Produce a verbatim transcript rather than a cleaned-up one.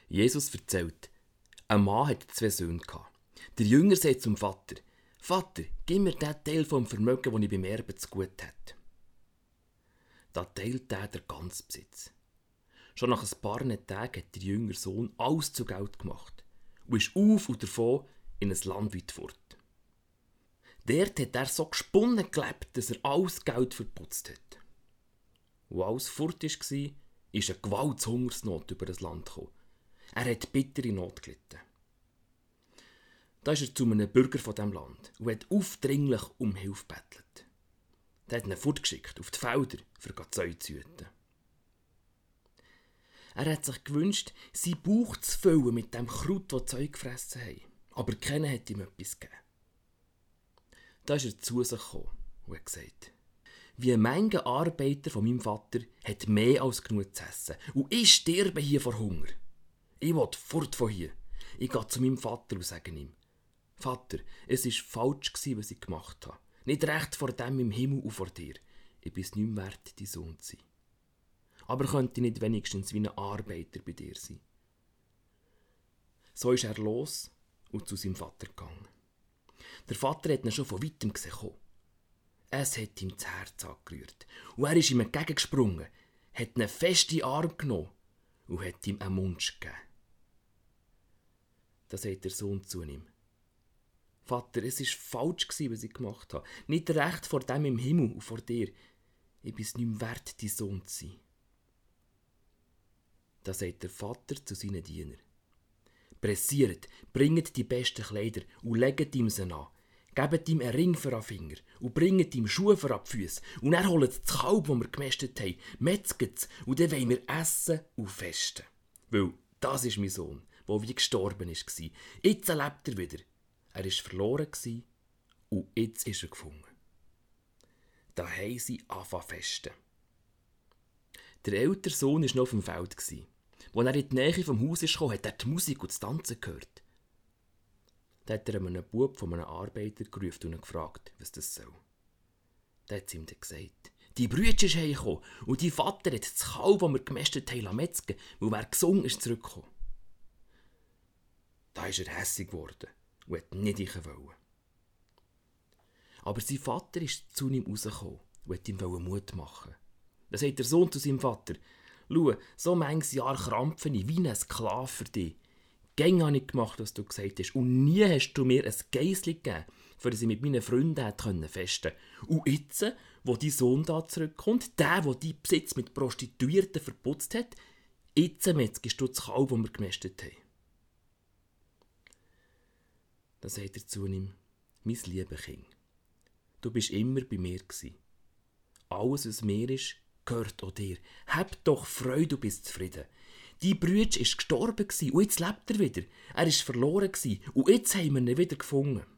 Jesus erzählt, ein Mann hatte zwei Söhne. Der Jünger sagt zum Vater: «Vater, gib mir den Teil vom Vermögen, den ich beim Erben zu gut hätte.» Da teilt er den ganzen Besitz. Schon nach ein paar Tagen hat der jüngere Sohn alles zu Geld gemacht und ist auf und davon in ein Land weit fort. Dort hat er so gesponnen gelebt, dass er alles Geld verputzt hat. Wo alles fort war, ist eine gewaltige Hungersnot über das Land gekommen. Er hat bittere Not gelitten. Da ist er zu einem Bürger von diesem Land und hat aufdringlich um Hilfe gebettelt. Der hat ihn fortgeschickt auf die Felder, um Zäune zu hüten. Er hat sich gewünscht, seinen Bauch zu füllen mit dem Kraut, das die Zäune gefressen haben. Aber keiner hat ihm etwas gegeben. Da ist er zu sich gekommen und hat gesagt: «Wie manche Arbeiter von meinem Vater hat mehr als genug zu essen. Und ich sterbe hier vor Hunger. Ich will fort von hier. Ich gehe zu meinem Vater und sage ihm: Vater, es war falsch, was ich gemacht habe. Nicht recht vor dem im Himmel und vor dir. Ich bin es nicht mehr wert, dein Sohn zu sein. Aber könnte ich nicht wenigstens wie ein Arbeiter bei dir sein?» So ist er los und zu seinem Vater gegangen. Der Vater hat ihn schon von weitem gesehen. Es hat ihm das Herz angerührt. Und er ist ihm entgegengesprungen, hat ihn fest in den Arm genommen und hat ihm einen Mund gegeben. Da sagt der Sohn zu ihm: «Vater, es war falsch, was ich gemacht habe. Nicht recht vor dem im Himmel und vor dir. Ich bin es nicht mehr wert, dein Sohn zu sein.» Da sagt der Vater zu seinen Dienern: «Pressiert, bringet die besten Kleider und legt ihm sie an. Gebt ihm einen Ring für den Finger und bringet ihm Schuhe für die Füße. Und dann holt das Kalb, das wir gemästet haben, metzget es und dann wollen wir essen und festen. Weil das ist mein Sohn, der wie gestorben ist. Jetzt lebt er wieder. Er war verloren und jetzt ist er gefunden.» Da haben sie angefangen zu festen. Der ältere Sohn war noch auf dem Feld. Als er in die Nähe vom Haus kam, hat er die Musik und das Tanzen gehört. Da hat er einen Bub von einem Arbeiter gerufen und ihn gefragt, was das soll. Da hat sie ihm dann gesagt: «Die Brüder ist heimgekommen und dein Vater hat das Kalb, das wir gemästet haben, metzgen, weil wer gesungen ist, zurückgekommen.» Da ist er hässig geworden und wollte nicht rein wollen. Aber sein Vater ist zu ihm rausgekommen und wollte ihm Mut machen. Da sagt der Sohn zu seinem Vater: «Schau, so manches Jahr krampfe ich wie ein Sklave für dich. Gäng habe ich gemacht, was du gesagt hast, und nie hast du mir ein Geissli gegeben, für das ich mit meinen Freunden hätte festen können. Und jetzt, wo dein Sohn da zurückkommt, der, der deinen Besitz mit Prostituierten verputzt hat, jetzt metzgest du das Kalb, das wir gemästet haben.» Da sagt er zu ihm: «Mein liebes Kind, du bist immer bei mir gewesen. Alles, was mir ist, gehört auch dir. Hab doch Freude und bist zufrieden. Dein Bruder war gestorben und jetzt lebt er wieder. Er war verloren und jetzt haben wir ihn wieder gefunden.»